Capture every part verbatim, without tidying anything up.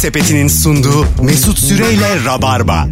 Sepeti'nin sunduğu Mesut Süreyle Rabarba.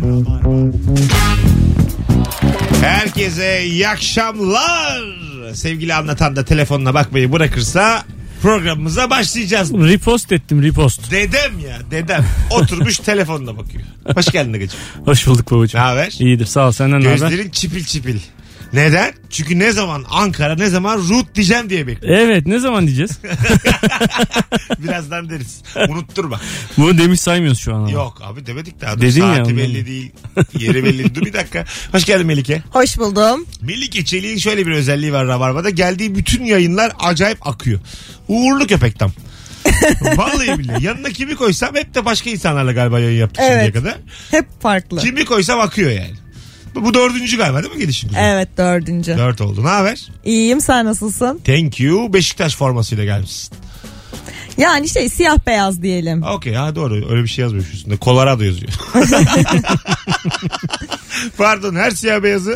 Herkese iyi akşamlar. Sevgili anlatan da telefonuna bakmayı bırakırsa programımıza başlayacağız. Repost ettim repost. Dedem ya dedem oturmuş telefonuna bakıyor. Hoş geldin Agacığım. Hoş bulduk babacığım. Ne haber? İyidir sağ ol, senden ne haber? Gözlerin çipil çipil. Neden? Çünkü ne zaman Ankara, ne zaman Root diyeceğim diye bekliyorum. Evet, ne zaman diyeceğiz? Birazdan deriz. Unutturma. Bunu demiş saymıyoruz şu an ama. Yok abi demedik daha. Dur, dedin saati ya, belli ondan. değil. Yeri belli değil. Dur bir dakika. Hoş geldin Melike. Hoş buldum. Melike Çelik'in şöyle bir özelliği var Rabarba'da. Geldiği bütün yayınlar acayip akıyor. Uğurlu köpek tam. Vallahi billahi. Yanına kimi koysam hep de başka insanlarla galiba yayın yaptık Evet. şimdiye kadar. Hep farklı. Kimi koysam akıyor yani. Bu, bu dördüncü galiba değil mi gelişim? Kuzum? Evet, dördüncü. Dört oldu. Ne haber? İyiyim, sen nasılsın? Thank you. Beşiktaş formasıyla gelmişsin. Yani şey, siyah beyaz diyelim. Okey, ha doğru. Öyle bir şey yazmış üstünde. Colorado yazıyor. Pardon, her siyah beyazı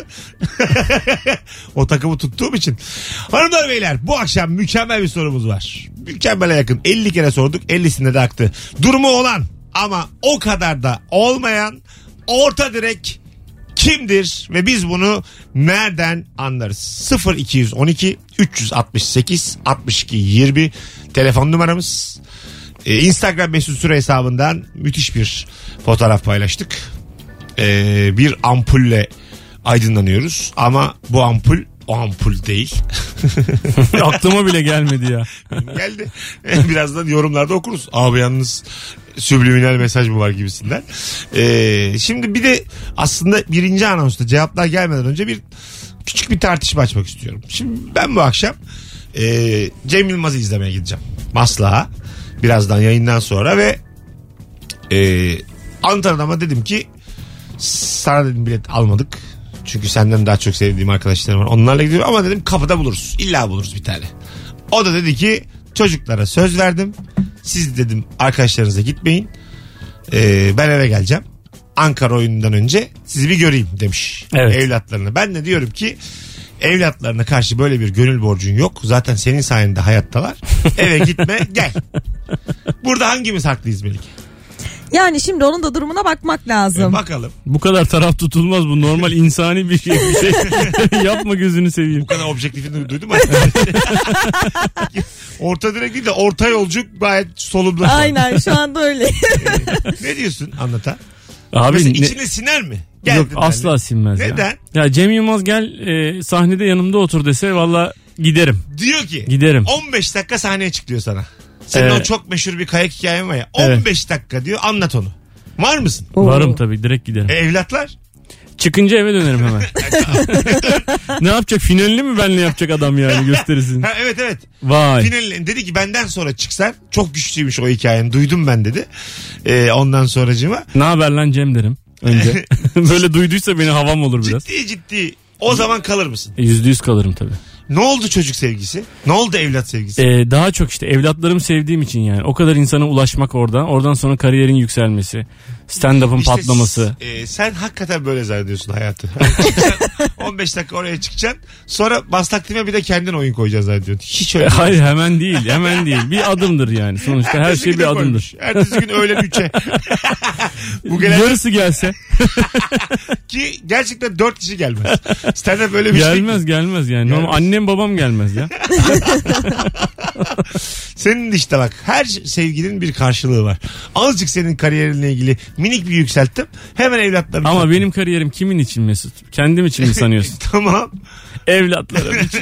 o takımı tuttuğum için. Hanımlar beyler, bu akşam mükemmel bir sorumuz var. Mükemmele yakın. elli kere sorduk. ellisinde de aktı. Durumu olan ama o kadar da olmayan orta direk kimdir ve biz bunu nereden anlarız? sıfır iki on iki üç altı sekiz altmış iki yirmi telefon numaramız. Ee, Instagram Mesut Süre hesabından müthiş bir fotoğraf paylaştık. Ee, bir ampulle aydınlanıyoruz ama bu ampul o ampul değil. Aklıma bile gelmedi ya. Geldi. Birazdan yorumlarda okuruz. Abi yalnız subliminal mesaj mı var gibisinden. Ee, şimdi bir de aslında birinci anonsta cevaplar gelmeden önce bir küçük bir tartışma açmak istiyorum. Şimdi ben bu akşam e, Cem Yılmaz'ı izlemeye gideceğim. Maslak'a. Birazdan yayından sonra ve e, Antalya'da dedim ki sana dedim bilet almadık. Çünkü senden daha çok sevdiğim arkadaşlarım var. Onlarla gidiyorum ama dedim kapıda buluruz. İlla buluruz bir tane. O da dedi ki çocuklara söz verdim. Siz dedim arkadaşlarınıza gitmeyin. Ee, ben eve geleceğim. Ankara oyunundan önce sizi bir göreyim demiş. Evet. Evlatlarına. Ben de diyorum ki evlatlarına karşı böyle bir gönül borcun yok. Zaten senin sayende hayattalar. Eve gitme gel. Burada hangimiz haklıyız Melike? Yani şimdi onun da durumuna bakmak lazım. Ee, bakalım. Bu kadar taraf tutulmaz, bu normal insani bir şey. Bir şey. Yapma gözünü seveyim. Bu kadar objektifini duydun mu? Orta direkt değil de orta yolcu gayet solumlu. Aynen, şu anda öyle. Ne diyorsun anlata? Abi Mesela ne- içine siner mi? Geldin yok asla benimle. sinmez Neden? ya. Ya Cem Yılmaz gel e, sahnede yanımda otur dese valla giderim. Diyor ki Giderim. on beş dakika sahneye çık diyor sana. Senin Evet. o çok meşhur bir kayak hikayen var ya. Evet. on beş dakika diyor, anlat onu. Var mısın? Varım tabii, direkt giderim. E, evlatlar? Çıkınca eve dönerim hemen. Ne yapacak, finalini mi benle yapacak adam yani, gösterisini? Ha, evet evet. Vay. Finalin dedi ki benden sonra çıksan, çok güçlüymüş o hikayen, duydum ben dedi. Ee, ondan sonracığıma. Ne haber lan Cem derim önce. Böyle duyduysa beni havam olur biraz. Ciddi ciddi o zaman kalır mısın? E, Yüzde yüz kalırım tabii. Ne oldu çocuk sevgisi? Ne oldu evlat sevgisi? Ee, daha çok işte evlatlarımı sevdiğim için yani. O kadar insana ulaşmak oradan. Oradan sonra kariyerin yükselmesi. Stand-up'ın İşte patlaması. s- e, sen hakikaten böyle zannediyorsun hayatı. on beş dakika oraya çıkacaksın. Sonra Maslak'time bir de kendin oyun koyacaksın zannediyorsun. Hiç öyle E, değil. hayır hemen değil. Hemen değil. Bir adımdır yani. Sonuçta her Ertesi şey gün bir de adımdır. koymuş. Ertesi gün öğlen üçe. Bu gelen Yarısı gelse. ki gerçekten dört kişi gelmez. Stand-up böyle bir Gelmez gelmez yani. Normal, Gelmez. annem babam gelmez ya. şey. Senin işte bak, her sevginin bir karşılığı var. Azıcık senin kariyerinle ilgili minik bir yükselttim. Hemen evlatlarını. Ama sattım. benim kariyerim kimin için Mesut? Kendim için mi sanıyorsun? Tamam. Evlatlarım için.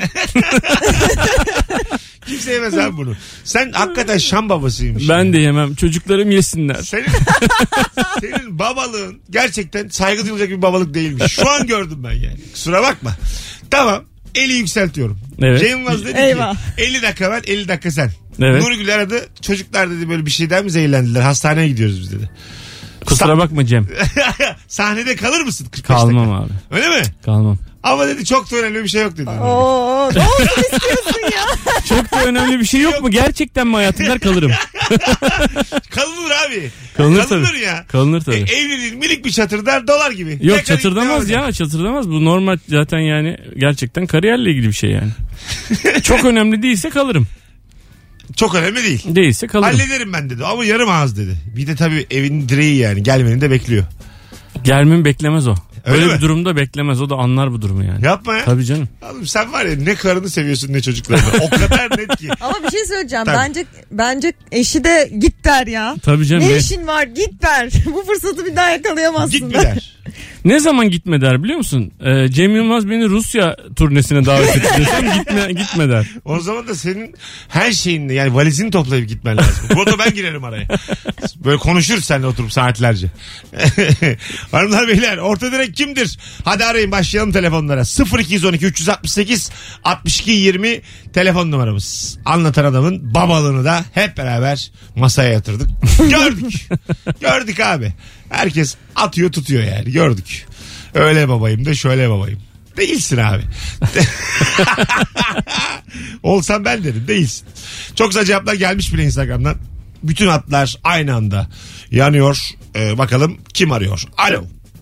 Kimse yemez abi bunu. Sen hakikaten Şam babasıymış. Ben yani. de yemem. Çocuklarım yesinler. Senin, senin babalığın gerçekten saygı duyulacak bir babalık değilmiş. Şu an gördüm ben yani. Kusura bakma. Tamam. Eli yükseltiyorum. Evet. Cem Yılmaz dedi Eyvah. ki elli dakika ben, elli dakika sen. Evet. Nurgül aradı. Çocuklar dedi böyle bir şeyden mi zehirlendiler? Hastaneye gidiyoruz biz dedi. Kusura bakma Cem. Sahnede kalır mısın kırk beş Kalmam dakika? abi. Öyle mi? Kalmam. Ama dedi çok da önemli bir şey yok dedi. Oo, ne olsun istiyorsun ya? Çok da önemli bir şey yok mu? Gerçekten mi hayatım der, kalırım. Kalınır abi. Kalınır Kalınır tabii. ya. Kalınır tabii. E, evliliğin minik bir çatırdar dolar gibi. Yok Mekanik çatırdamaz devam ya, çatırdamaz. Bu normal zaten yani, gerçekten kariyerle ilgili bir şey yani. Çok önemli değilse kalırım. Çok önemli değil. Değilse kalırım. Hallederim ben dedi ama yarım ağız dedi. Bir de tabii evin direği yani gelmeni de bekliyor. Gelmemi beklemez o. Öyle Böyle mi? bir durumda beklemez, o da anlar bu durumu yani. Yapma ya. Tabii canım. Oğlum sen var ya ne karını seviyorsun ne çocuklarını. O kadar net ki. Ama bir şey söyleyeceğim. Tabii. Bence bence eşi de git der ya. Tabii canım. Ne Ne, işin var git der. Bu fırsatı bir daha yakalayamazsın. Gitme der. der. ne zaman gitme der biliyor musun? Ee, Cem Yılmaz beni Rusya turnesine davet etti desem gitme, gitme der. O zaman da senin her şeyinle yani valizini toplayıp gitmen lazım. Burada ben girerim araya. Böyle konuşuruz seninle oturup saatlerce. Hanımlar beyler orta direk kimdir? Hadi arayın başlayalım telefonlara. sıfır iki on iki üç altı sekiz altmış iki yirmi telefon numaramız. Anlatan adamın babalığını da hep beraber masaya yatırdık. Gördük. Gördük abi. Herkes atıyor tutuyor yani gördük. Öyle babayım da şöyle babayım. Değilsin abi. Olsam ben dedim değilsin. Çok güzel cevaplar gelmiş bile Instagram'dan. Bütün hatlar aynı anda yanıyor. Ee, bakalım kim arıyor? Alo.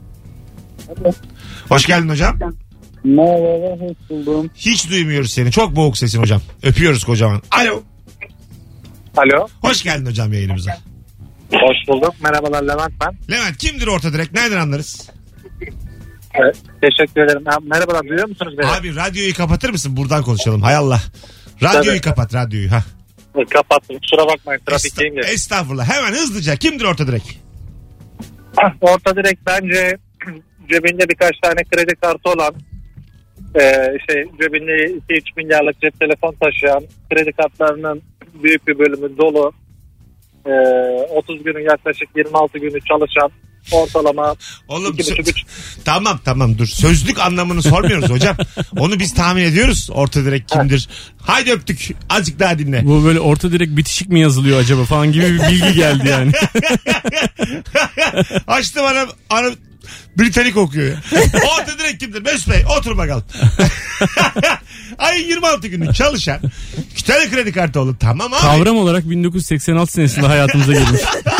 Hoş geldin hocam. Merhaba, hoş buldum. Hiç duymuyoruz seni. Çok boğuk sesin hocam. Öpüyoruz kocaman. Alo. Alo. Hoş geldin hocam yayınımıza. Hoş bulduk. Merhabalar, Levent ben. Levent kimdir orta direkt? Nereden anlarız? Evet, teşekkür ederim. Ha, merhabalar, duyuyor musunuz beni? Abi radyoyu kapatır mısın? Buradan konuşalım. Hay Allah. Radyoyu Tabii. kapat radyoyu. Ha. Kapattım. Kusura bakmayın. Trafikteyim Esta- ya. estağfurullah. Hemen hızlıca. Kimdir orta direkt? Orta direkt bence cebinde birkaç tane kredi kartı olan, e, şey cebinde iki üç milyarlık cep telefon taşıyan, kredi kartlarının büyük bir bölümü dolu, e, otuz günün yaklaşık yirmi altı günü çalışan, ortalama Oğlum iki buçuk sö- üç. tamam tamam dur. Sözlük anlamını sormuyoruz hocam. Onu biz tahmin ediyoruz. Orta direkt kimdir? Haydi öptük. Azıcık daha dinle. Bu böyle orta direkt bitişik mi yazılıyor acaba falan gibi bir bilgi geldi yani. Açtım ana, ana Britanik okuyor ya. Orta direkt kimdir? Mesut Bey otur bakalım. Ayın yirmi altı günü çalışan iki tane kredi kartı oldu. Tamam abi. Kavram olarak bin dokuz yüz seksen altı senesinde hayatımıza girmiş.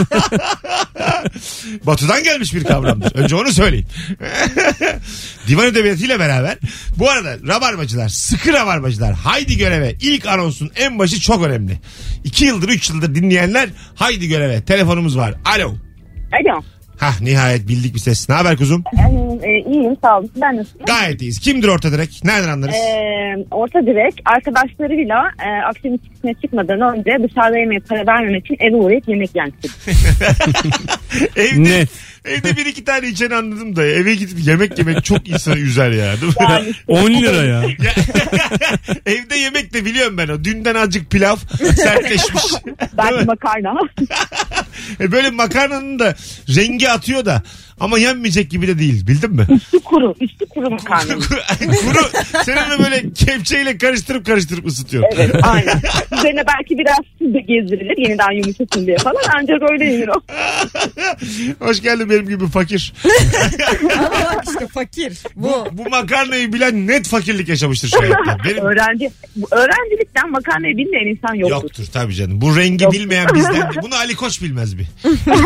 Batı'dan gelmiş bir kavramdır. Önce onu söyleyeyim. Divan edebiyatıyla beraber. Bu arada rabarbacılar, sıkı rabarbacılar haydi göreve. İlk anonsun en başı çok önemli. iki yıldır üç yıldır dinleyenler haydi göreve. Telefonumuz var. Alo. Alo. Hah nihayet bildik bir ses. Ne haber kuzum? Ee, e, iyiyim sağ olun. Ben nasılsın? Gayet iyiyiz. Kimdir orta direkt? Nereden anlarız? Ee, orta direk arkadaşlarıyla e, akşam içkisine çıkmadan önce dışarıda yemeğe para vermemek için eve uğrayıp yemek yensin. evde, Net. evde bir iki tane içeni anladım da eve gidip yemek yemek çok insanı üzer ya. Değil mi? Yani işte, on lira ya. Ya- Evde yemek de biliyorum ben o. Dünden azıcık pilav sertleşmiş. belki makarna. E böyle makarnanın da rengi atıyor da ama yenmeyecek gibi de değil. Bildin mi? Üstü kuru. Üstü kuru makarna. Kuru. Seninle böyle kepçeyle karıştırıp karıştırıp ısıtıyor. Evet aynen. Üzerine belki biraz su da gezdirilir yeniden yumuşasın diye falan. Ancak öyle yenir o. Hoş geldin benim gibi fakir. Ama bak işte fakir. Bu. Bu makarnayı bilen net fakirlik yaşamıştır şu hayatta. Benim... Öğrenci, bu öğrencilikten makarnayı bilmeyen insan yoktur. Yoktur tabii canım. Bu rengi Yoktur. bilmeyen bizden değil. Bunu Ali Koç bilmez bir.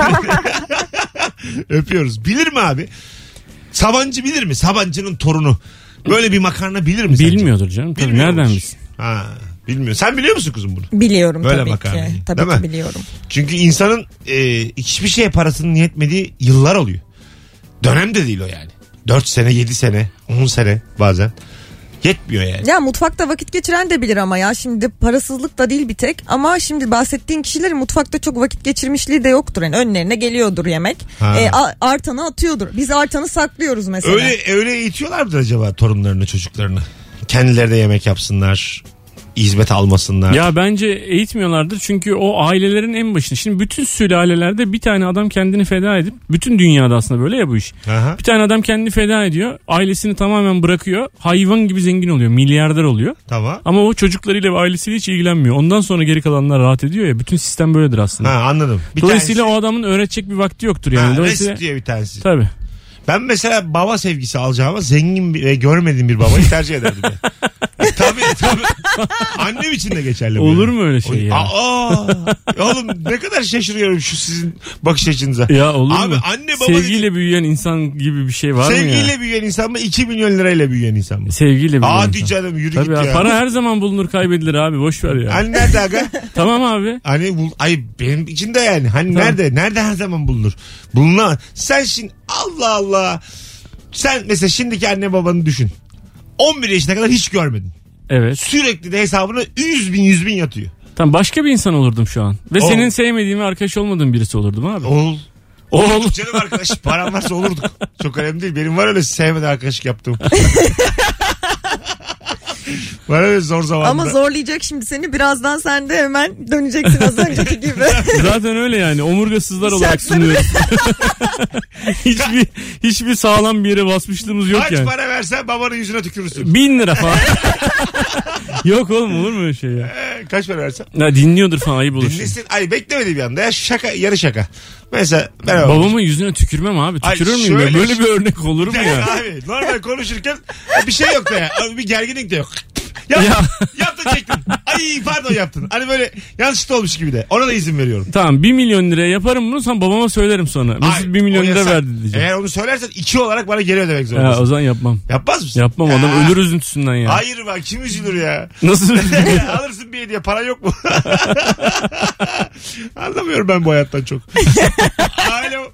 Öpüyoruz. Bilir mi abi? Sabancı bilir mi? Sabancı'nın torunu. Böyle bir makarna bilir mi sence? Bilmiyordur canım. Tabii Bilmiyor nereden musun? bilsin? Ha, bilmiyor. Sen biliyor musun kuzum bunu? Biliyorum Böyle tabii makarnayı, ki. Tabii değil ki mi? biliyorum. Çünkü insanın e, hiçbir şeye parasının yetmediği yıllar oluyor. Dönem de değil o yani. dört sene, yedi sene, on sene bazen. Yetmiyor yani. Ya mutfakta vakit geçiren de bilir ama ya şimdi parasızlık da değil bir tek ama şimdi bahsettiğin kişilerin mutfakta çok vakit geçirmişliği de yoktur. Yani önlerine geliyordur yemek. Ha. E, a- artanı atıyordur. Biz artanı saklıyoruz mesela. Öyle öyle eğitiyorlar mıdır acaba torunlarını, çocuklarını? Kendileri de yemek yapsınlar, hizmet almasınlar. Ya bence eğitmiyorlardır çünkü o ailelerin en başında. Şimdi bütün sülalelerde bir tane adam kendini feda edip bütün dünyada aslında böyle ya bu iş. Aha. Bir tane adam kendini feda ediyor. Ailesini tamamen bırakıyor. Hayvan gibi zengin oluyor. Milyarder oluyor. Tamam. Ama o çocuklarıyla ve ailesiyle hiç ilgilenmiyor. Ondan sonra geri kalanlar rahat ediyor ya. Bütün sistem böyledir aslında. Ha anladım. Bir Dolayısıyla tanesi, o adamın öğretecek bir vakti yoktur yani. ha, Dolayısıyla rest diye bir tanesi. tabii. Ben mesela baba sevgisi alacağıma zengin bir- ve görmediğim bir babayı tercih ederdim. Yani. tabii tabii. Annem için de geçerli bu. Olur yani. mu öyle şey ya? Aa, oğlum ne kadar şaşırıyorum şu sizin bakış açınıza. Ya olur Abi, mu? Anne baba Sevgiyle dedi, büyüyen insan gibi bir şey var mı ya? sevgiyle büyüyen insan mı iki milyon lirayla büyüyen insan mı? Sevgiyle büyüyen Hadi insan. canım yürü Tabii git ya. ya. Para her zaman bulunur, kaybedilir abi, boş ver ya. Hani nerede aga? Tamam abi. Hani bul, ay benim için de yani. Hani Tamam. nerede? Nerede her zaman bulunur? Bulunamaz. Sen şimdi Allah Allah. Sen mesela şimdiki anne babanı düşün. on bir yaşına kadar hiç görmedin. Evet. Sürekli de hesabına yüz bin yüz bin yatıyor. Tamam, başka bir insan olurdum şu an. Ve Ol. senin sevmediğin ve arkadaş olmadığın birisi olurdum abi. Ol. Ol. Olurduk canım arkadaş. Param varsa olurduk. Çok önemli değil. Benim var öyle sevmeden arkadaşlık yaptığım. Var öyle zor zamanında. Ama zorlayacak şimdi seni. Birazdan sen de hemen döneceksin az önceki gibi. Zaten öyle yani. Omurgasızlar olarak Şartları- sunuyoruz. hiçbir hiçbir sağlam bir yere basmışlığımız yok Kaç yani. para versen babanın yüzüne tükürürsün. Bin lira falan. Yok oğlum, olur mu öyle şey ya? Ee, kaç para versen? Ya dinliyordur falan, ayıp olur. Dinlesin. Ay beklemedi bir anda ya. Şaka, yarı şaka. Mesela merhaba. Babamın yüzüne tükürmem abi. Ay, Tükürür müyüm? şöyle- Ya? Böyle bir örnek olur mu Yani ya? abi normal konuşurken bir şey yok da ya. Abi, bir gerginlik de yok. Ya, Ya. yaptın çektin. Ay pardon yaptın. Hani böyle yanlışlıkla olmuş gibi de. Ona da izin veriyorum. Tamam, bir milyon liraya yaparım bunu, sen babama söylerim sonra. Mesut Ay, bir milyon o lira yasak. verdi diyeceğim. Eğer onu söylersen iki olarak bana geri ödemek Ya, zorundasın. o zaman yapmam. Yapmaz mısın? Yapmam, adam Ya. ölür üzüntüsünden ya. Hayır bak kim üzülür ya. Nasıl üzülür? Alırsın bir hediye, para yok mu? Anlamıyorum ben bu hayattan çok. Alo.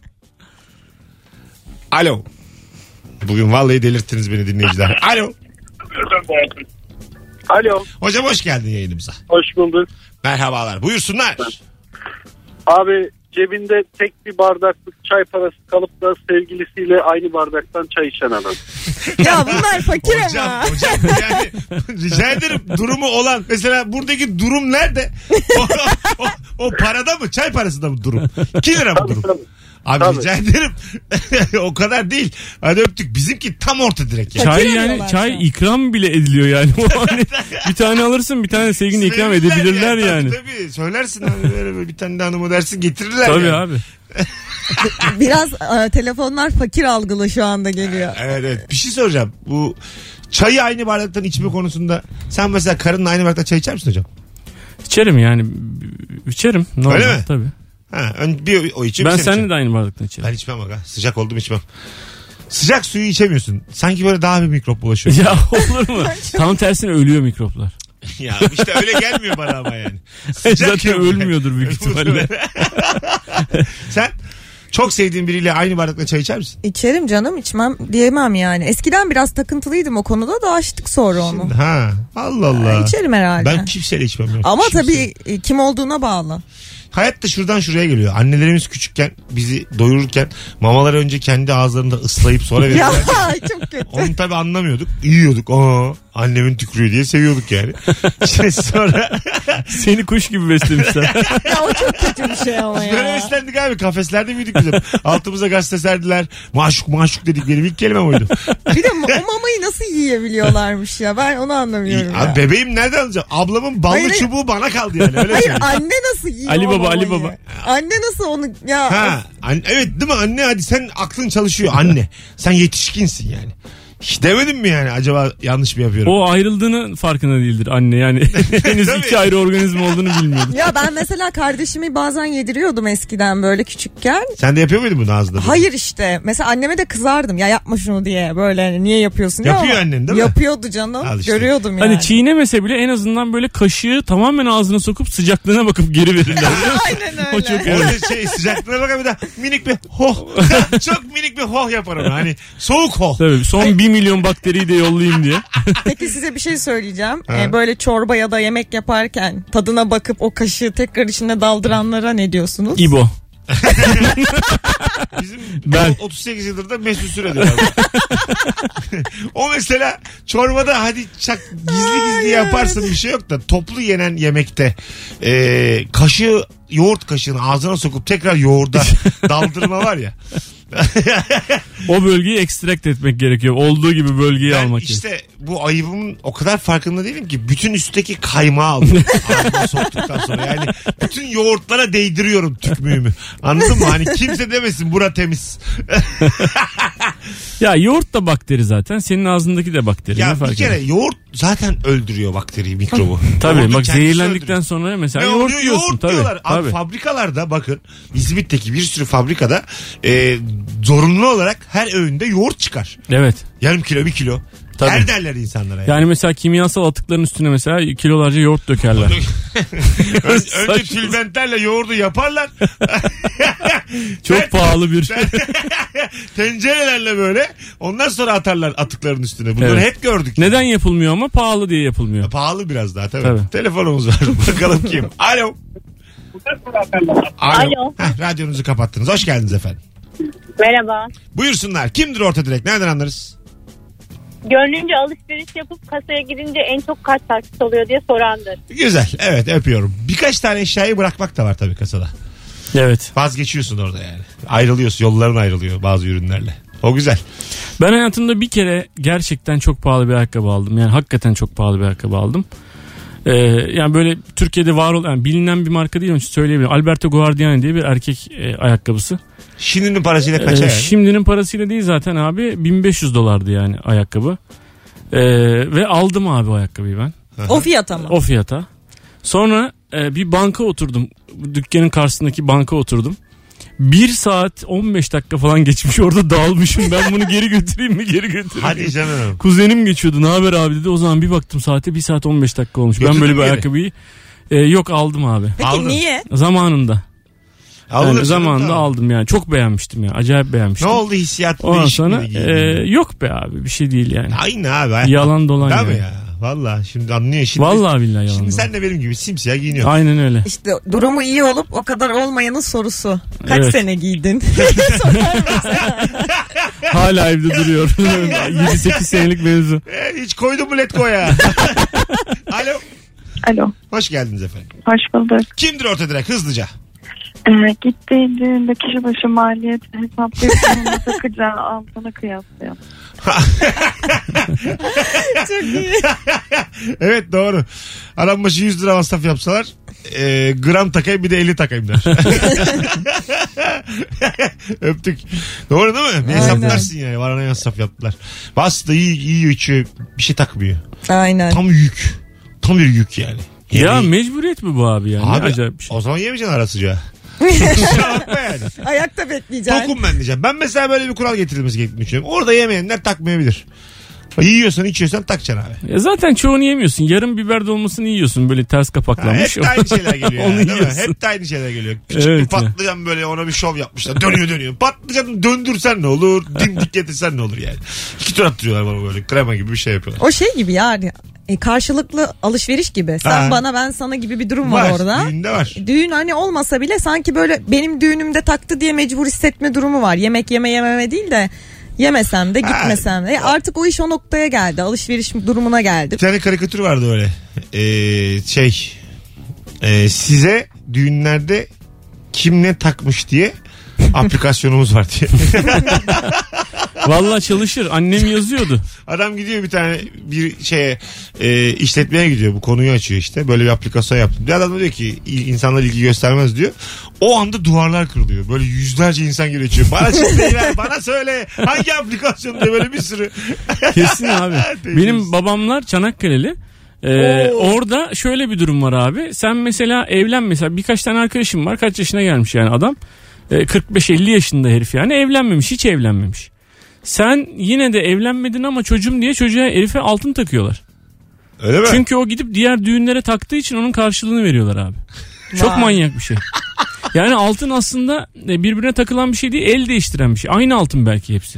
Alo. Bugün vallahi delirttiniz beni dinleyiciler. Alo. Alo. Hocam hoş geldin yayınımıza. Hoş bulduk. Merhabalar. Buyursunlar. Abi cebinde tek bir bardaklık çay parası kalıp da sevgilisiyle aynı bardaktan çay içen adam. Ya bunlar fakir Hocam, ama. hocam yani rica ederim durumu olan. Mesela buradaki durum nerede? O, o, o parada mı? Çay parasında mı durum? iki lira mı Tabii, durum? tabii. Abi Tabii. rica ederim. O kadar değil. Hadi öptük. Bizimki tam orta direkt yani. Çay Fakir yani, oluyorlar çay şu an. ikram bile ediliyor yani. O hani bir tane alırsın, bir tane sevgini ikram Verirler edebilirler ya, yani. Tabii tabii. Söylersin abi böyle, böyle bir tane de hanımı dersin getirirler Tabii yani. abi. Biraz e, telefonlar fakir algılı şu anda geliyor. Evet evet. Bir şey soracağım. Bu çayı aynı bardaktan içme konusunda sen mesela karınla aynı bardaktan çay içer misin hocam? İçerim yani. İçerim. Normal, Öyle mi? Tabii. Ha, ön, bir o içiyor. Ben bir sen seninle içiyorsun. de aynı bardaktan içerim. Ben içmem aga. Sıcak oldum içmem. Sıcak suyu içemiyorsun. Sanki böyle daha bir mikrop bulaşıyor. Ya olur mu? Tam tersine ölüyor mikroplar. Ya işte öyle gelmiyor bana ama yani. Sıcak Zaten yok. ölmüyordur büyük ihtimalle. Sen çok sevdiğin biriyle aynı bardakla çay içer misin? İçerim canım, içmem diyemem yani. Eskiden biraz takıntılıydım o konuda da açtık sonra onu. Ha, Allah Allah. İçerim herhalde. Ben kimseyle içmem. Yok. Ama Kimse. tabii e, kim olduğuna bağlı. Hayat da şuradan şuraya geliyor. Annelerimiz küçükken bizi doyururken mamaları önce kendi ağızlarında ıslayıp sonra Ya verirler. çok kötü. Onu tabii anlamıyorduk. Yiyorduk. Aa, annemin tükürüğü diye seviyorduk yani. İşte sonra Seni kuş gibi beslemişler. Ya o çok kötü bir şey ama böyle ya. beslendik abi. Kafeslerde büyüdük biz hep. Altımıza gazete serdiler. Maşuk maşuk dedik. Benim ilk kelimem oydu. Bir de o mamayı nasıl yiyebiliyorlarmış ya, ben onu anlamıyorum Abi ya. bebeğim nereden alacağım? Ablamın ballı Hayır, hayır. çubuğu bana kaldı yani. Öyle Hayır, söyleyeyim. anne nasıl yiyor Ali o Baba, Ali mamayı? Baba. Anne nasıl onu ya? Ha, an- evet değil mi anne, hadi sen aklın çalışıyor anne. Sen yetişkinsin yani. Hiç demedim mi yani acaba yanlış mı yapıyorum? O ayrıldığının farkında değildir anne yani. Henüz Tabii. iki ayrı organizma olduğunu bilmiyordur. Ya ben mesela kardeşimi bazen yediriyordum eskiden böyle küçükken. Sen de yapıyor muydun bunu ağzında? böyle? Hayır işte. Mesela anneme de kızardım ya, yapma şunu diye. Böyle hani niye yapıyorsun diye. Yapıyor ama annen değil mi? Yapıyordu canım. Al işte. Görüyordum yani. Hani çiğnemese bile en azından böyle kaşığı tamamen ağzına sokup sıcaklığına bakıp geri verirler. Aynen öyle. O çok Orada şey sıcaklığına bakar bir de minik bir hoh. Çok minik bir hoh yaparım. Hani soğuk hoh. Tabii son bir milyon bakteriyi de yollayayım diye. Peki size bir şey söyleyeceğim. Ha. Ee, böyle çorba ya da yemek yaparken tadına bakıp o kaşığı tekrar içine daldıranlara ne diyorsunuz? İbo. Bizim Ben. otuz sekiz yıldır da Mesut Süre diyor. O mesela çorbada hadi çak gizli gizli yaparsın bir şey yok da toplu yenen yemekte e, kaşığı yoğurt kaşığını ağzına sokup tekrar yoğurda daldırma var ya. O bölgeyi ekstrakt etmek gerekiyor. Olduğu gibi bölgeyi Ben almak gerekiyor. işte bu ayıbımın o kadar farkında değilim ki bütün üstteki kaymağı aldım ağzıma soktuktan sonra. Yani bütün yoğurtlara değdiriyorum tükmüğümü. Anladın mı? Hani kimse demesin bura temiz. Ya yoğurt da bakteri zaten. Senin ağzındaki de bakteri. Ya Ne bir fark kere eder? yoğurt zaten öldürüyor bakteriyi, mikrobu. Tabii Yoğurdun bak kendisi zehirlendikten öldürüyor. sonra mesela Ne yoğurt oluyor? yiyorsun. Yoğurt Tabii, diyorlar. Abi tabii. fabrikalarda bakın, İzmit'teki bir sürü fabrikada e, zorunlu olarak her öğünde yoğurt çıkar. Evet. Yarım kilo, bir kilo. Tabii. Her derler insanlara. Yani. Yani mesela kimyasal atıkların üstüne mesela kilolarca yoğurt dökerler. Önce Saçma. tülbentlerle yoğurdu yaparlar. Çok pahalı bir şey. Tencerelerle böyle. Ondan sonra atarlar atıkların üstüne. Bunları Evet. hep gördük. Neden yapılmıyor ama pahalı diye yapılmıyor. Pahalı biraz daha tabii. Tabii. Telefonumuz var. Bakalım kim? Alo. Alo. Alo. Heh, radyonuzu kapattınız. Hoş geldiniz efendim. Merhaba. Buyursunlar. Kimdir orta direkt? Nereden anlarız? Gönlünce alışveriş yapıp kasaya gidince en çok kaç taksit oluyor diye sorandır. Güzel. Evet, öpüyorum. Birkaç tane eşyayı bırakmak da var tabii kasada. Evet. Vazgeçiyorsun orada yani. Ayrılıyorsun. Yolların ayrılıyor bazı ürünlerle. O güzel. Ben hayatımda bir kere gerçekten çok pahalı bir ayakkabı aldım. Yani hakikaten çok pahalı bir ayakkabı aldım. Ee, yani böyle Türkiye'de var olan, yani bilinen bir marka değil, onun için söyleyebilirim. Alberto Guardiani diye bir erkek e, ayakkabısı. Şimdinin parasıyla Ee, kaça yani? Şimdinin parasıyla değil zaten abi, bin beş yüz dolardı yani ayakkabı. Ee, ve aldım abi o ayakkabıyı ben. O fiyat ama. O fiyata. Sonra e, bir banka oturdum. Dükkanın karşısındaki banka oturdum. Bir saat on beş dakika falan geçmiş, orada dağılmışım. Ben bunu geri götüreyim mi geri götüreyim mi? Hadi canım. Kuzenim geçiyordu, ne haber abi dedi. O zaman bir baktım saate, bir saat on beş dakika olmuş. Götürdün ben böyle bir mü geri? ayakkabıyı e, yok aldım abi. Peki Aldın. niye? Zamanında. Alınır Yani canım, zamanında tamam. aldım yani. Çok beğenmiştim ya. Acayip beğenmiştim. Ne oldu, hissiyat Ondan değişik sonra miydi? e, yok be abi, bir şey değil yani. Aynı abi. Yalan dolan Değil yani. mi ya? Valla şimdi anlıyor. Şimdi, Vallahi billahi yalan Şimdi dolan. sen de benim gibi simsiyah giyiniyorsun. Aynen öyle. İşte durumu iyi olup o kadar olmayanın sorusu. Kaç Evet. sene giydin? Hala evde duruyor. yedi sekiz senelik mevzu. E, hiç koydun mu Letgo'ya? Alo. Alo, Hoş geldiniz efendim. hoş bulduk. Kimdir orta direkt hızlıca? Ee, gittiğinde kişi başı maliyet hesaplayıp sonuna takacağı altına kıyaslıyor. Çok iyi. Evet doğru. Adam başı yüz lira masraf yapsalar e, gram takayım bir de elli takayım der. Öptük. Doğru değil mi? Bir hesaplarsın yani. Var ne masraf yaptılar. Bazısı da iyi, iyi içiyor. Bir şey takmıyor. Aynen. Tam yük. Tam bir yük yani. Ya Yemeği- mecburiyet mi bu abi yani? Abi, Ne acayip bir şey. o zaman yemeyeceksin ara sıcağı. Kusura bakma yani. Ayakta bekleyeceksin. Tokum ben diyeceğim. Ben mesela böyle bir kural getirilmesi gerektiğini düşünüyorum. Orada yemeyenler takmayabilir. Yiyorsan içiyorsan takacaksın abi. Ya zaten çoğunu yemiyorsun. Yarım biber dolmasını yiyorsun böyle ters Ha, kapaklanmış. hep de aynı şeyler geliyor. Onu yani, değil mi? yiyorsun. Hep de aynı şeyler geliyor. Küçük Evet bir ya. patlıcan böyle ona bir şov yapmışlar. Dönüyor dönüyor. Patlıcanı döndürsen ne olur? Dimdik getirsen ne olur yani? İki tur attırıyorlar bana böyle. Krema gibi bir şey yapıyorlar. O şey gibi yani. E, karşılıklı alışveriş gibi. Sen Ha. bana ben sana gibi bir durum var, Var. orada. Düğünde var. Düğün hani olmasa bile sanki böyle benim düğünümde taktı diye mecbur hissetme durumu var. Yemek yeme yememe değil de yemesem de gitmesem de. E, artık o iş o noktaya geldi. Alışveriş durumuna geldi. Bir tane karikatür vardı öyle. Ee, şey e, size düğünlerde kim ne takmış diye aplikasyonumuz var diye. Vallahi çalışır. Annem yazıyordu. Adam gidiyor bir tane bir şeye e, işletmeye gidiyor, bu konuyu açıyor işte. Böyle bir aplikasyon yaptım. Bir adam da diyor ki "İl- insanlar ilgi göstermez" diyor. O anda duvarlar kırılıyor. Böyle yüzlerce insan geliyor içiyor. Bana şimdi ver, bana söyle hangi aplikasyon diye böyle bir sürü. Kesin abi. Benim babamlar Çanakkale'li. Ee, orada şöyle bir durum var abi. Sen mesela evlen, mesela birkaç tane arkadaşım var. Kaç yaşına gelmiş yani adam. Ee, kırk beş elli yaşında herif yani, evlenmemiş, hiç evlenmemiş. Sen yine de evlenmedin ama çocuğum diye çocuğa, herife altın takıyorlar. Öyle mi? Çünkü o gidip diğer düğünlere taktığı için onun karşılığını veriyorlar abi. Çok Vay. manyak bir şey. Yani altın aslında birbirine takılan bir şey değil, el değiştiren bir şey. Aynı altın belki hepsi.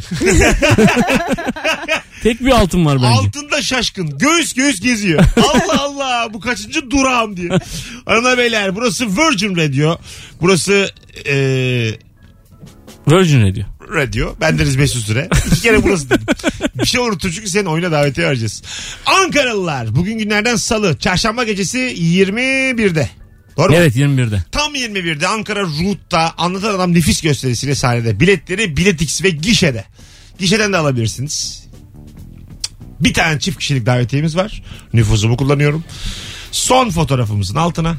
Tek bir altın var bence. Altında şaşkın. Göğüs göğüs geziyor. Allah Allah, bu kaçıncı durağım diye. Hanımlar beyler, burası Virgin Radio. Burası e, Virgin Radio. Radio. Bendeniz Mesut Süre. İki kere burası dedim. Bir şey unutur çünkü senin oyuna davetiye vereceğiz. Ankaralılar, bugün günlerden salı. Çarşamba gecesi yirmi birde. Doğru mu? Evet, yirmi birde. Tam yirmi birde Ankara Root'ta Anlatan Adam nefis gösterisiyle sahnede. Biletleri Biletix ve gişede. Gişeden de alabilirsiniz. Bir tane çift kişilik davetiyemiz var. Nüfuzumu kullanıyorum. Son fotoğrafımızın altına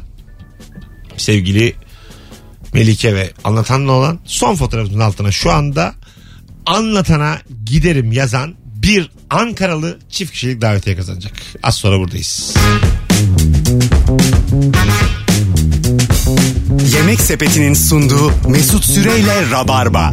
sevgili Melike ve Anlatan'la olan son fotoğrafımızın altına şu anda anlatana giderim yazan bir Ankaralı çift kişilik davetiye kazanacak. Az sonra buradayız. Yemek Sepeti'nin sunduğu Mesut Süreyle Rabarba.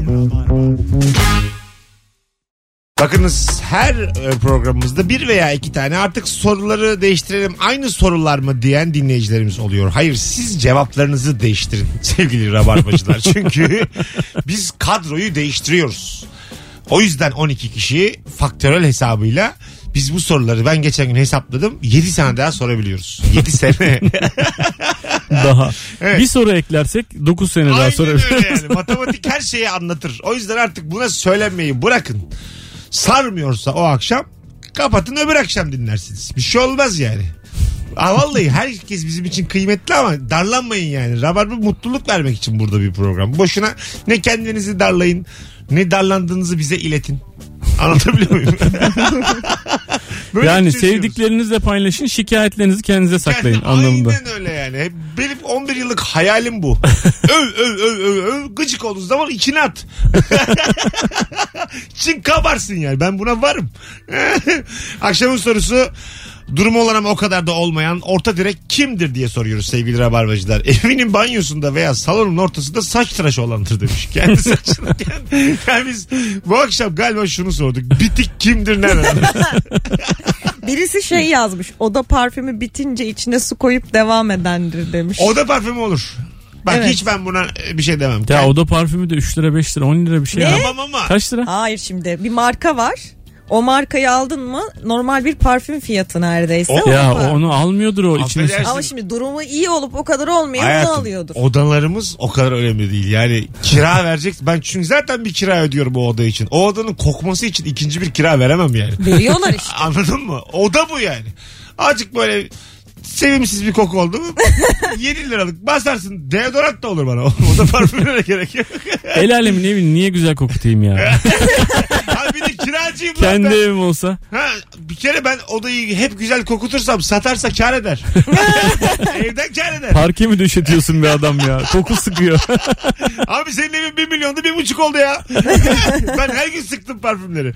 Bakınız her programımızda bir veya iki tane artık soruları değiştirelim aynı sorular mı diyen dinleyicilerimiz oluyor. Hayır, siz cevaplarınızı değiştirin sevgili Rabarbacılar. Çünkü biz kadroyu değiştiriyoruz. O yüzden on iki kişi faktörel hesabıyla biz bu soruları ben geçen gün hesapladım. yedi sene daha sorabiliyoruz. yedi sene. Daha. Evet. Bir soru eklersek dokuz sene daha Aynen sorabiliriz. öyle yani. Matematik her şeyi anlatır. O yüzden artık buna söylenmeyi bırakın. Sarmıyorsa o akşam kapatın, öbür akşam dinlersiniz. Bir şey olmaz yani. Aa, vallahi herkes bizim için kıymetli ama darlanmayın yani. Rabarba mutluluk vermek için burada bir program. Boşuna ne kendinizi darlayın ne darlandığınızı bize iletin. Anlatabiliyor muyum? Yani sevdiklerinizle paylaşın, şikayetlerinizi kendinize saklayın yani, anlamında. Aynen öyle yani. Benim on bir yıllık hayalim bu. öv öv öv öv öv. Gıcık olduğun zaman içine at. Çin kabarsın yani. Ben buna varım. Akşamın sorusu, durumu olan ama o kadar da olmayan orta direk kimdir diye soruyoruz sevgili Rabarbacılar. Evinin banyosunda veya salonun ortasında saç tıraşı olandır demiş. Kendi saçını kendi. Yani biz bu akşam galiba şunu sorduk. Bitik kimdir, nerede? Birisi şey yazmış. Oda parfümü bitince içine su koyup devam edendir demiş. Oda parfümü olur. Bak Evet. hiç ben buna bir şey demem. Ya oda parfümü de üç lira beş lira on lira bir şey. Ne? abi. Tamam ama. Kaç lira? Hayır, şimdi bir marka var. O markayı aldın mı normal bir parfüm fiyatı neredeyse. O- Ya Ama- onu almıyordur o içine. Affedersin. Ama şimdi durumu iyi olup o kadar olmayan onu Hayatım, alıyordur. odalarımız o kadar önemli değil. Yani kira verecek. Ben çünkü zaten bir kira ödüyorum o oda için. O odanın kokması için ikinci bir kira veremem yani. Veriyorlar işte. Anladın mı? Oda bu yani. Azıcık böyle sevimsiz bir koku oldu mu yedi liralık basarsın. Deodorant da olur bana. Oda parfümüne de gerek yok. El alemin evini niye güzel kokutayım ya? Abi bir de kiracıyım lan Kendi ben. evim olsa. Ha, bir kere ben odayı hep güzel kokutursam satarsa kar eder. Evden kar eder. Parke mi döşetiyorsun be adam ya? Koku sıkıyor. Abi senin evin bir milyondu bir buçuk oldu ya. Ben her gün sıktım parfümleri.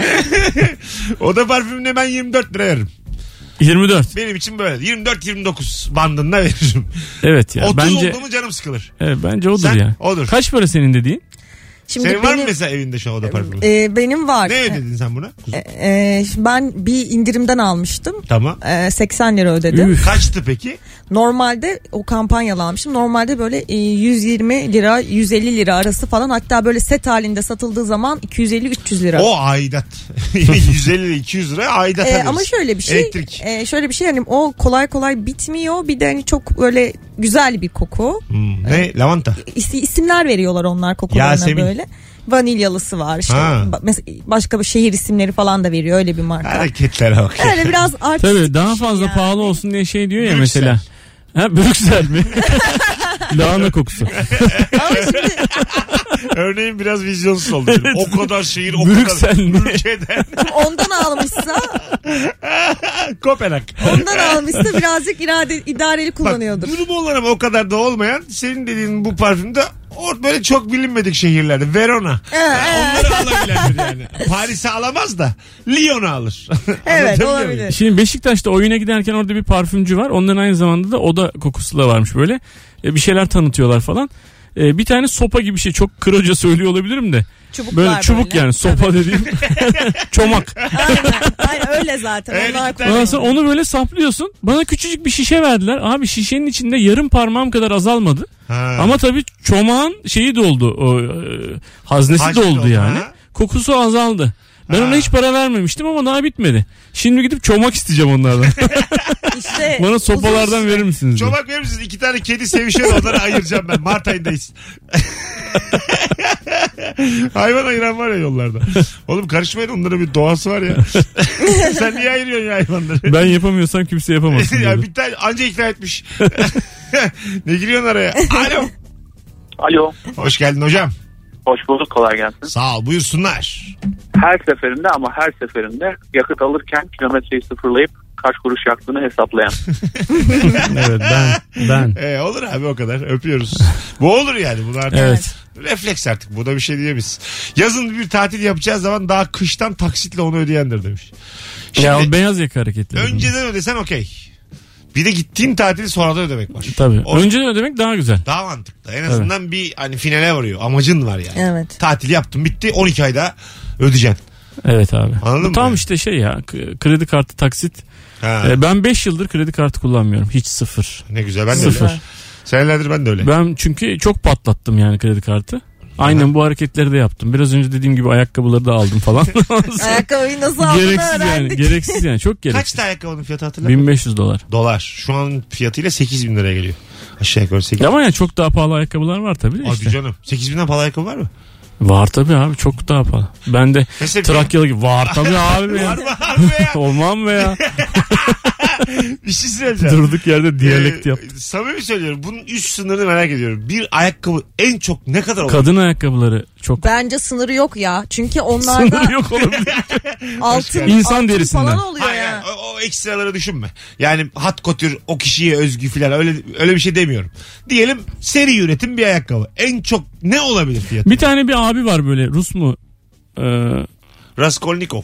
Oda parfümüne ben yirmi dört lira veririm. yirmi dört. Benim için böyle. yirmi dört yirmi dokuz bandında veririm. Evet ya. otuz Bence oldu mu canım sıkılır. evet, bence odur Sen? ya. Odur. Kaç para senin dediğin? Şimdi Senin var mı benim, mesela evinde şu an oda parfümü? e, benim var. Ne ödedin sen buna? E, e, ben bir indirimden almıştım. Tamam. E, seksen lira ödedim. Üf. Kaçtı peki? Normalde o kampanyalı almıştım. Normalde böyle e, yüz yirmi lira yüz elli lira arası falan, hatta böyle set halinde satıldığı zaman iki yüz elli üç yüz lira. O aidat. yüz elli iki yüz lira aidat E, alıyorsun. ama şöyle bir şey, Elektrik. e, şöyle bir şey hani o kolay kolay bitmiyor. Bir de hani çok böyle güzel bir koku. Hmm, ne? Lavanta. İs- isimler veriyorlar onlar kokularına Yasemin. böyle. Vanilyalısı var işte. Ha. Ba- mesela başka bir şehir isimleri falan da veriyor, öyle bir marka. Hareketlere bak. Öyle biraz artistik Tabii daha bir şey fazla yani. pahalı olsun diye şey diyor ya Brüksel. mesela. Ha Brüksel mi? Lahana kokusu. Ama şimdi Örneğin biraz vizyonsuz oldu. benim. O kadar şehir, o Brüksel kadar mi? ülkeden. ondan almışsa Kopenhag. ondan almışsa birazcık irade, idareli kullanıyordur. Bak, durumu olan ama o kadar da olmayan senin dediğin bu parfümde o böyle çok bilinmedik şehirlerde. Verona. Ee, Onları alabilendir yani. Paris'i alamaz da Lyon'u alır. Evet, Anlatabiliyor olabilir. muyum? Şimdi Beşiktaş'ta oyuna giderken orada bir parfümcü var. Onların aynı zamanda da oda kokusu da varmış böyle. E, bir şeyler tanıtıyorlar falan. E, bir tane sopa gibi bir şey, çok kıroca söylüyor olabilirim de. Çubuklar Böyle çubuk böyle. yani sopa dediğim. Çomak. Aynen, aynen öyle zaten. Evet, Onlar iki tane- Ondan sonra onu böyle saplıyorsun. Bana küçücük bir şişe verdiler. Abi şişenin içinde yarım parmağım kadar azalmadı. Ha. Ama tabii çomağın şeyi doldu. O, e, haznesi Haşlı doldu oldu, yani. ha. Kokusu azaldı. Ben Ha. ona hiç para vermemiştim ama daha bitmedi. Şimdi gidip çomak isteyeceğim onlardan. işte Bana sopalardan uzun- verir misiniz? diye. Çomak verir misiniz? İki tane kedi sevişiyor, onları ayıracağım ben. Mart ayındayız. Hayvan ayıran var ya yollarda. Oğlum karışmayın, onların bir doğası var ya. Sen niye ayırıyorsun ya hayvanları? Ben yapamıyorsam kimse yapamasın. ya diyordu. bir tane anca ikna etmiş. Ne giriyorsun araya? Alo. Alo. Hoş geldin hocam. Hoş bulduk, kolay gelsin. Sağ ol, buyursunlar. Her seferinde ama her seferinde yakıt alırken kilometreyi sıfırlayıp kaç kuruş yaktığını hesaplayan. Evet ben ben. Ee, olur abi o kadar öpüyoruz. Bu olur yani bunlar. Evet. Refleks artık bu da bir şey diyemeyiz. Yazın bir tatil yapacağı zaman daha kıştan taksitle onu ödeyendir demiş. Şimdi, Ya o beyaz yaka hareketleri. önceden ödesen okey. Bir de gittiğin tatili sonradan ödemek var. Tabii. O, Önceden ödemek daha güzel. daha mantıklı. En azından evet. bir hani finale varıyor. Amacın var yani. Evet. Tatil yaptın bitti on iki ayda ödeyeceksin. Evet abi. Anladın mı? Tam işte şey ya kredi kartı taksit. Ha. Ee, ben beş yıldır kredi kartı kullanmıyorum. Hiç sıfır. Ne güzel ben de Sıfır. öyle. Senelerdir ben de öyle. Ben çünkü çok patlattım yani kredi kartı. Aynen bu hareketleri de yaptım. Biraz önce dediğim gibi ayakkabıları da aldım falan. Ayakkabıyı nasıl aldığını Gereksiz yani. öğrendik. Gereksiz yani. Çok gereksiz. Kaçtı ayakkabının fiyatı hatırlar bin beş yüz dolar. Dolar. Şu an fiyatıyla sekiz bin liraya geliyor. Aşağı yukarı sekiz. Ama yani çok daha pahalı ayakkabılar var tabii de Hadi işte. canım. sekiz binden pahalı ayakkabı var mı? Var tabii abi çok daha pahalı. Ben de Mesela Trakyalı gibi var tabii abi ya. Var mı abi ya? Olmam be ya. Bir şey söyleyeceğim. Durduk yerde diyalekt Ee, yaptım. Samimi söylüyorum. Bunun üst sınırını merak ediyorum. Bir ayakkabı en çok ne kadar olur? Kadın ayakkabıları çok. Bence sınırı yok ya. Çünkü onlarda Sınırı yok olabilir. altın, İnsan altın derisinden. falan oluyor Hayır, ya. o, o ekstraları düşünme. Yani hat kotür o kişiye özgü falan öyle öyle bir şey demiyorum. Diyelim seri üretim bir ayakkabı. En çok ne olabilir fiyatı? Bir tane bir abi var böyle Rus mu? Ee, Raskolnikov.